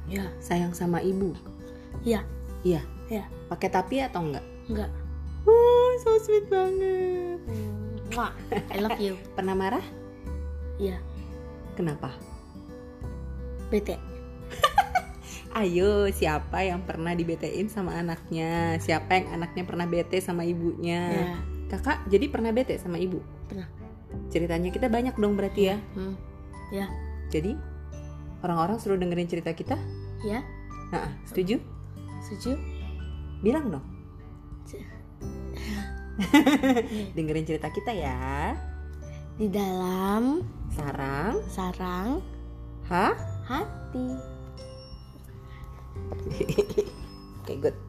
Ya. Sayang sama ibu? Ya. Iya. Ya. Pakai tapi atau enggak? Enggak. Oh, so sweet banget. Mwah. I love you. Pernah marah? Iya. Kenapa? Bete. Ayo, siapa yang pernah dibetein sama anaknya? Siapa yang anaknya pernah bete sama ibunya? Ya. Kakak jadi pernah bete sama ibu? Pernah. Ceritanya kita banyak dong berarti ya? Ya. Jadi orang-orang suruh dengerin cerita kita? Ya. Nah, setuju? Setuju? Bilang dong. Dengerin cerita kita ya. Di dalam sarang hati. Oke, good.